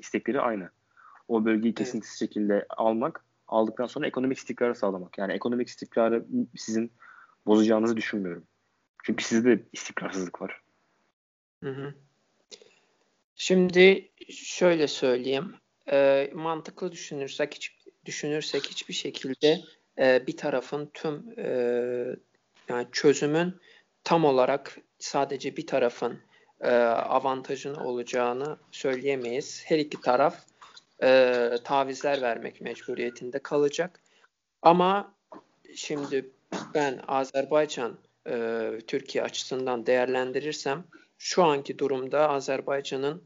istekleri aynı. O bölgeyi Evet. kesintisiz şekilde aldıktan sonra ekonomik istikrarı sağlamak. Yani ekonomik istikrarı sizin bozacağınızı düşünmüyorum. Çünkü sizde de istikrarsızlık var. Hı hı. Şimdi şöyle söyleyeyim. Mantıklı düşünürsek hiçbir şekilde bir tarafın tüm yani çözümün tam olarak sadece bir tarafın avantajını olacağını söyleyemeyiz. Her iki taraf tavizler vermek mecburiyetinde kalacak. Ama şimdi ben Azerbaycan Türkiye açısından değerlendirirsem şu anki durumda Azerbaycan'ın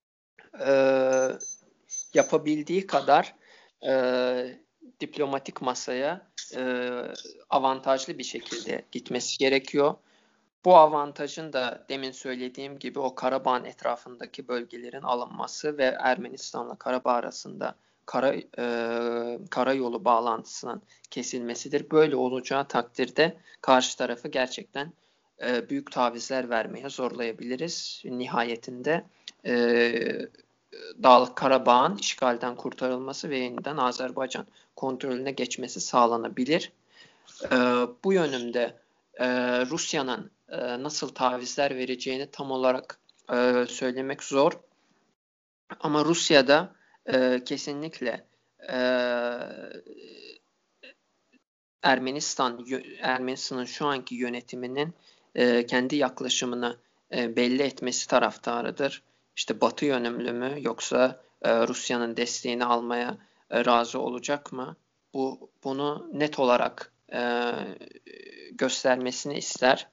yapabildiği kadar diplomatik masaya avantajlı bir şekilde gitmesi gerekiyor. Bu avantajın da demin söylediğim gibi o Karabağ'ın etrafındaki bölgelerin alınması ve Ermenistan'la Karabağ arasında karayolu bağlantısının kesilmesidir. Böyle olacağı takdirde karşı tarafı gerçekten büyük tavizler vermeye zorlayabiliriz. Nihayetinde Dağlık Karabağ'ın işgalden kurtarılması ve yeniden Azerbaycan kontrolüne geçmesi sağlanabilir. Bu yönümde Rusya'nın nasıl tavizler vereceğini tam olarak söylemek zor. Ama Rusya'da kesinlikle Ermenistan'ın şu anki yönetiminin kendi yaklaşımını belli etmesi taraftarıdır. İşte Batı yönümlü mü yoksa Rusya'nın desteğini almaya razı olacak mı? Bunu net olarak göstermesini ister.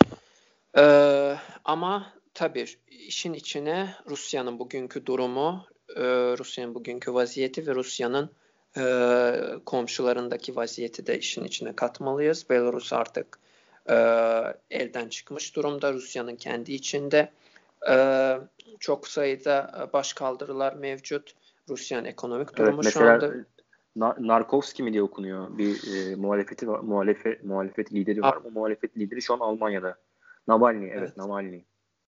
Ama tabii işin içine Rusya'nın bugünkü durumu, Rusya'nın bugünkü vaziyeti ve Rusya'nın komşularındaki vaziyeti de işin içine katmalıyız. Belarus artık elden çıkmış durumda. Rusya'nın kendi içinde çok sayıda başkaldırılar mevcut. Rusya'nın ekonomik durumu Evet, şu anda Narkovski mi diye okunuyor. Bir muhalefet lideri var. O muhalefet lideri şu an Almanya'da. Navalny, evet, Navalny.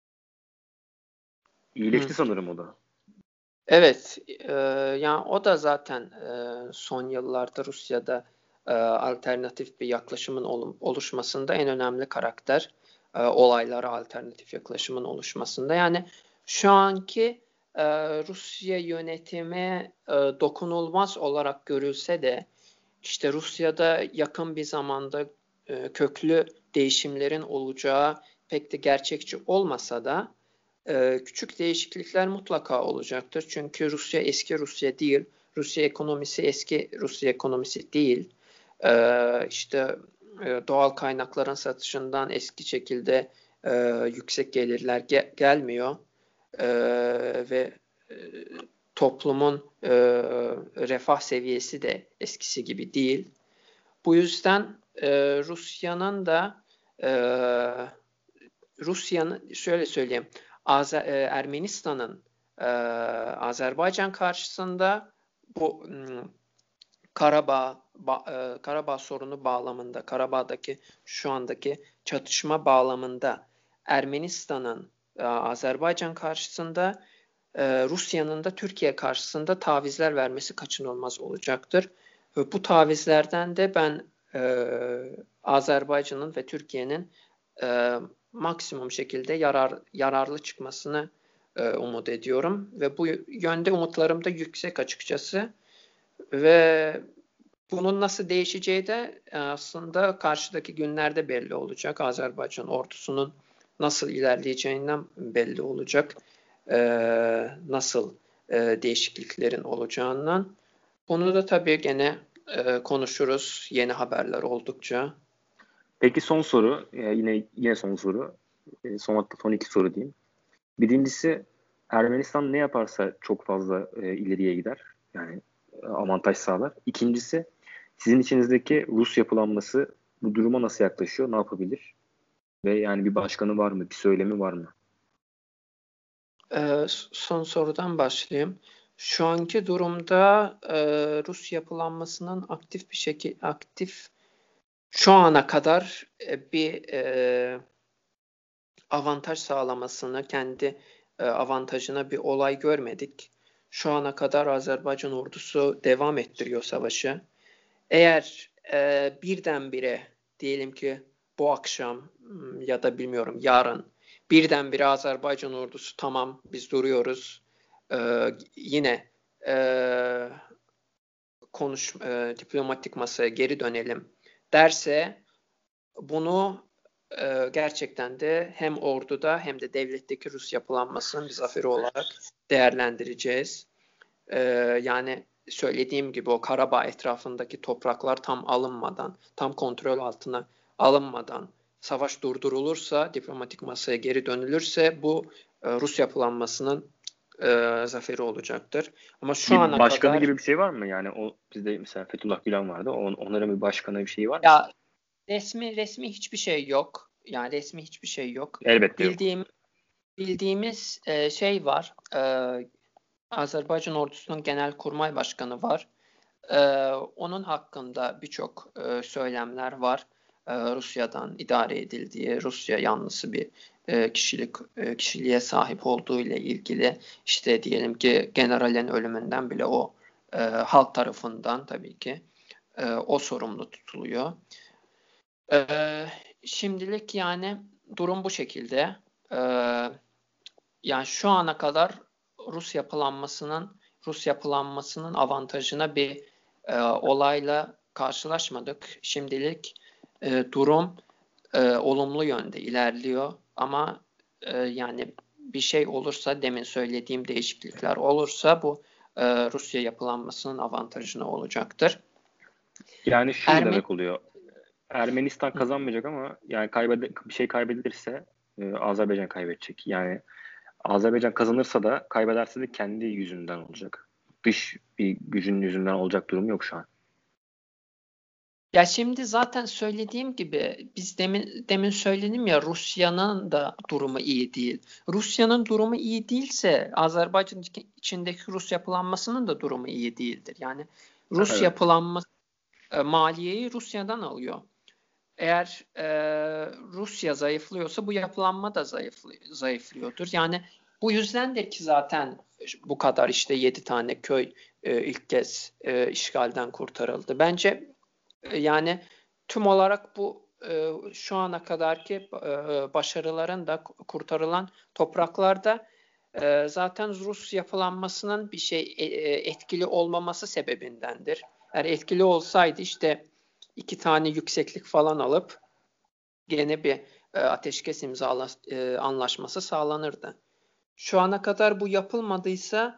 İyileşti sanırım o da. Evet, yani o da zaten son yıllarda Rusya'da alternatif bir yaklaşımın oluşmasında en önemli karakter. Olaylara alternatif yaklaşımın oluşmasında. Yani şu anki Rusya yönetimi dokunulmaz olarak görülse de işte Rusya'da yakın bir zamanda köklü değişimlerin olacağı pek de gerçekçi olmasa da küçük değişiklikler mutlaka olacaktır. Çünkü Rusya eski Rusya değil. Rusya ekonomisi eski Rusya ekonomisi değil. İşte doğal kaynakların satışından eski şekilde yüksek gelirler gelmiyor. Ve toplumun refah seviyesi de eskisi gibi değil. Bu yüzden Rusya'nın şöyle söyleyeyim, Ermenistan'ın Azerbaycan karşısında bu Karabağ sorunu bağlamında, Karabağ'daki şu andaki çatışma bağlamında Ermenistan'ın Azerbaycan karşısında, Rusya'nın da Türkiye karşısında tavizler vermesi kaçınılmaz olacaktır. Bu tavizlerden de ben Azerbaycan'ın ve Türkiye'nin maksimum şekilde yararlı çıkmasını umut ediyorum ve bu yönde umutlarım da yüksek açıkçası ve bunun nasıl değişeceği de aslında karşıdaki günlerde belli olacak. Azerbaycan ordusunun nasıl ilerleyeceğinden belli olacak. Nasıl değişikliklerin olacağından. Bunu da tabii gene konuşuruz yeni haberler oldukça. Peki son soru, yine son soru. Son iki soru diyeyim. Birincisi, Ermenistan ne yaparsa çok fazla ileriye gider. Yani avantaj sağlar. İkincisi, sizin içinizdeki Rus yapılanması bu duruma nasıl yaklaşıyor? Ne yapabilir? Ve yani bir başkanı var mı? Bir söylemi var mı? Son sorudan başlayayım. Şu anki durumda Rus yapılanmasının aktif şu ana kadar bir avantaj sağlamasını, kendi avantajına bir olay görmedik. Şu ana kadar Azerbaycan ordusu devam ettiriyor savaşı. Eğer birdenbire diyelim ki bu akşam ya da bilmiyorum yarın birdenbire Azerbaycan ordusu tamam biz duruyoruz yine diplomatik masaya geri dönelim derse bunu gerçekten de hem orduda hem de devletteki Rus yapılanmasının bir zaferi olarak değerlendireceğiz. Yani söylediğim gibi o Karabağ etrafındaki topraklar tam alınmadan, tam kontrol altına alınmadan savaş durdurulursa, diplomatik masaya geri dönülürse bu Rus yapılanmasının zaferi olacaktır. Ama şu ana başkanı kadar gibi bir şey var mı? Yani o bizde mesela Fethullah Gülen vardı. Onların bir başkanı bir şeyi var mı? ya resmi hiçbir şey yok. Yani resmi hiçbir şey yok. Elbette yok. Bildiğimiz şey var. Azerbaycan ordusunun Genelkurmay Başkanı var. Onun hakkında birçok söylemler var. Rusya'dan idare edildiği, Rusya yanlısı bir kişiliğe sahip olduğu ile ilgili işte diyelim ki generalin ölümünden bile o halk tarafından tabii ki o sorumlu tutuluyor. Şimdilik yani durum bu şekilde. Yani şu ana kadar Rus yapılanmasının avantajına bir olayla karşılaşmadık. Şimdilik durum olumlu yönde ilerliyor ama yani bir şey olursa demin söylediğim değişiklikler olursa bu Rusya yapılanmasının avantajına olacaktır. Yani şu mu demek oluyor? Ermenistan kazanmayacak ama yani bir şey kaybedilirse Azerbaycan kaybedecek. Yani Azerbaycan kazanırsa da kaybederse de kendi yüzünden olacak. Dış bir gücün yüzünden olacak durum yok şu an. Ya şimdi zaten söylediğim gibi biz demin söyledim ya Rusya'nın da durumu iyi değil. Rusya'nın durumu iyi değilse Azerbaycan içindeki Rus yapılanmasının da durumu iyi değildir. Yani Rus Evet. yapılanması maliyeyi Rusya'dan alıyor. Eğer Rusya zayıflıyorsa bu yapılanma da zayıflıyordur. Yani bu yüzdendir ki zaten bu kadar işte 7 tane köy ilk kez işgalden kurtarıldı. Bence yani tüm olarak bu şu ana kadarki başarıların da kurtarılan topraklarda zaten Rus yapılanmasının bir şey etkili olmaması sebebindendir. Eğer etkili olsaydı işte 2 tane yükseklik falan alıp gene bir ateşkes anlaşması sağlanırdı. Şu ana kadar bu yapılmadıysa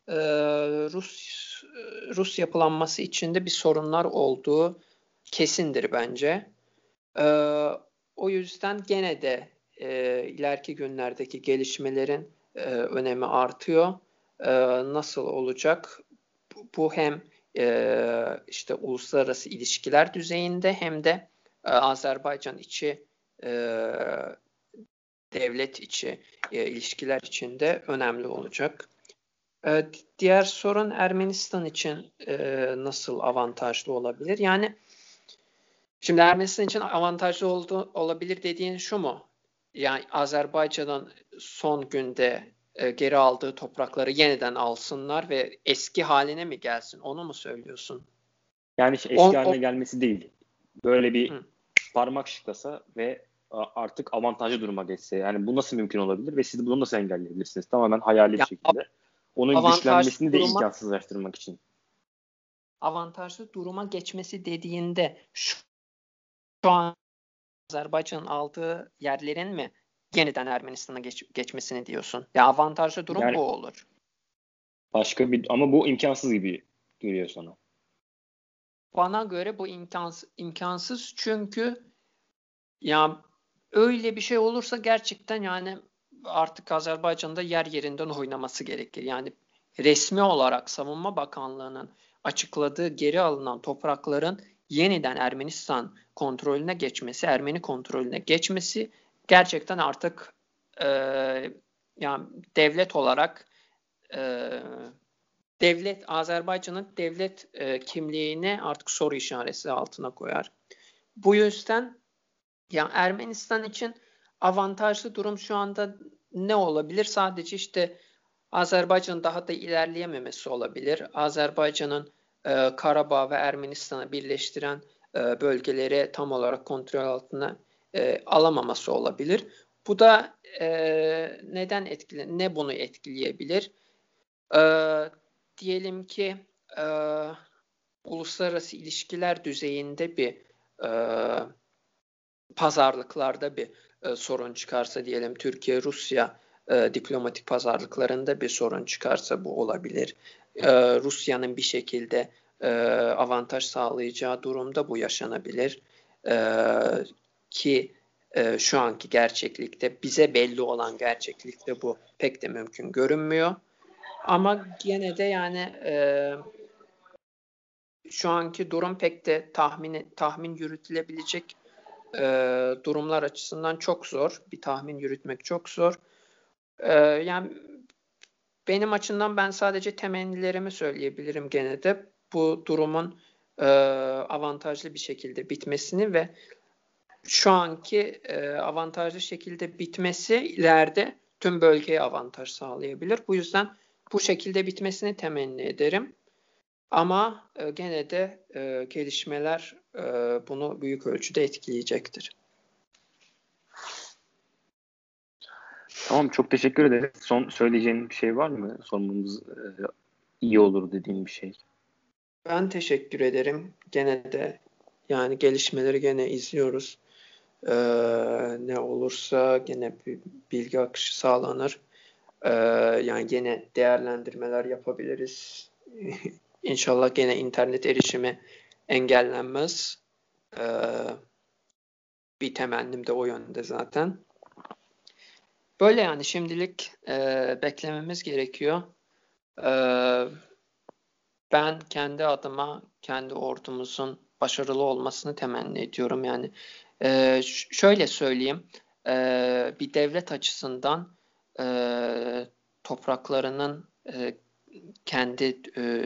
Rus yapılanması içinde bir sorunlar olduğu kesindir bence. O yüzden gene de ileriki günlerdeki gelişmelerin önemi artıyor. Nasıl olacak? Bu hem işte uluslararası ilişkiler düzeyinde hem de Azerbaycan içi devlet içi ilişkiler içinde önemli olacak. Diğer sorun Ermenistan için nasıl avantajlı olabilir? Yani şimdi Ermenistan için avantajlı olabilir dediğin şu mu? Yani Azerbaycan'ın son günde geri aldığı toprakları yeniden alsınlar ve eski haline mi gelsin? Onu mu söylüyorsun? Yani eski haline gelmesi değil. Böyle bir parmak şıklasa ve artık avantajlı duruma geçse. Yani bu nasıl mümkün olabilir ve siz bunu nasıl engelleyebilirsiniz? Tamamen hayali bir şekilde. Onun güçlenmesini de imkansızlaştırmak için. Avantajlı duruma geçmesi dediğinde şu an Azerbaycan'ın aldığı yerlerin mi yeniden Ermenistan'a geçmesini diyorsun? Ya avantajlı durum yani, bu olur. Ama bu imkansız gibi geliyor sana. Bana göre bu imkansız çünkü ya öyle bir şey olursa gerçekten yani artık Azerbaycan'da yer yerinden oynaması gerekir. Yani resmi olarak Savunma Bakanlığı'nın açıkladığı geri alınan toprakların yeniden Ermenistan kontrolüne geçmesi, Ermeni kontrolüne geçmesi gerçekten artık yani devlet olarak Azerbaycan'ın devlet kimliğini artık soru işareti altına koyar. Bu yüzden yani Ermenistan için avantajlı durum şu anda ne olabilir? Sadece işte Azerbaycan'ın daha da ilerleyememesi olabilir. Azerbaycan'ın Karabağ ve Ermenistan'ı birleştiren bölgeleri tam olarak kontrol altına alamaması olabilir. Bu da ne bunu etkileyebilir? Diyelim ki uluslararası ilişkiler düzeyinde bir pazarlıklarda bir sorun çıkarsa, diyelim Türkiye-Rusya diplomatik pazarlıklarında bir sorun çıkarsa bu olabilir. Rusya'nın bir şekilde avantaj sağlayacağı durumda bu yaşanabilir. Ki şu anki gerçeklikte, bize belli olan gerçeklikte bu pek de mümkün görünmüyor. Ama gene de yani şu anki durum pek de tahmin yürütülebilecek durumlar açısından çok zor. Bir tahmin yürütmek çok zor. Yani benim açımdan ben sadece temennilerimi söyleyebilirim gene de. Bu durumun avantajlı bir şekilde bitmesini ve şu anki avantajlı şekilde bitmesi ileride tüm bölgeye avantaj sağlayabilir. Bu yüzden bu şekilde bitmesini temenni ederim. Ama gene de gelişmeler bunu büyük ölçüde etkileyecektir. Tamam, çok teşekkür ederim. Son söyleyeceğin bir şey var mı? Sormamız iyi olur dediğin bir şey. Ben teşekkür ederim. Gene de yani gelişmeleri gene izliyoruz. Ne olursa gene bir bilgi akışı sağlanır. Yani gene değerlendirmeler yapabiliriz. İnşallah gene internet erişimi engellenmez. Bir temennim de o yönde zaten. Böyle yani şimdilik beklememiz gerekiyor. Ben kendi adıma, kendi ordumuzun başarılı olmasını temenni ediyorum. Yani şöyle söyleyeyim, bir devlet açısından topraklarının kendi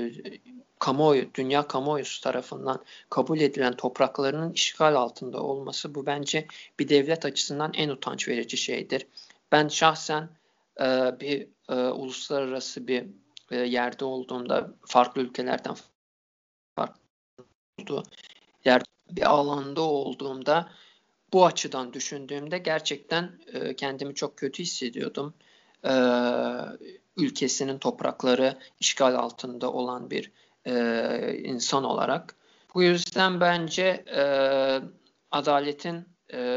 dünya kamuoyusu tarafından kabul edilen topraklarının işgal altında olması, bu bence bir devlet açısından en utanç verici şeydir. Ben şahsen bir uluslararası bir yerde olduğumda, farklı ülkelerden farklı olduğu yerde bir alanda olduğumda, bu açıdan düşündüğümde gerçekten kendimi çok kötü hissediyordum. Ülkesinin toprakları işgal altında olan bir insan olarak. Bu yüzden bence adaletin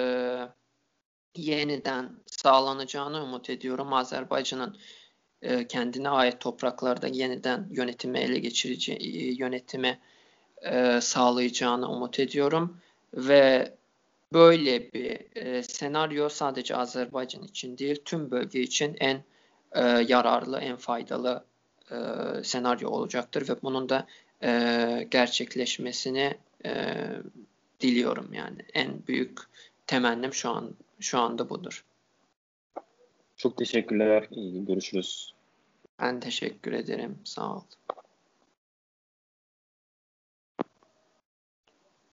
yeniden sağlanacağını umut ediyorum. Azerbaycan'ın kendine ait topraklarda yeniden yönetimi sağlayacağını umut ediyorum ve böyle bir senaryo sadece Azerbaycan için değil, tüm bölge için en yararlı, en faydalı senaryo olacaktır ve bunun da gerçekleşmesini diliyorum. Yani en büyük temennim şu anda budur. Çok teşekkürler. Görüşürüz. Ben teşekkür ederim. Sağ ol.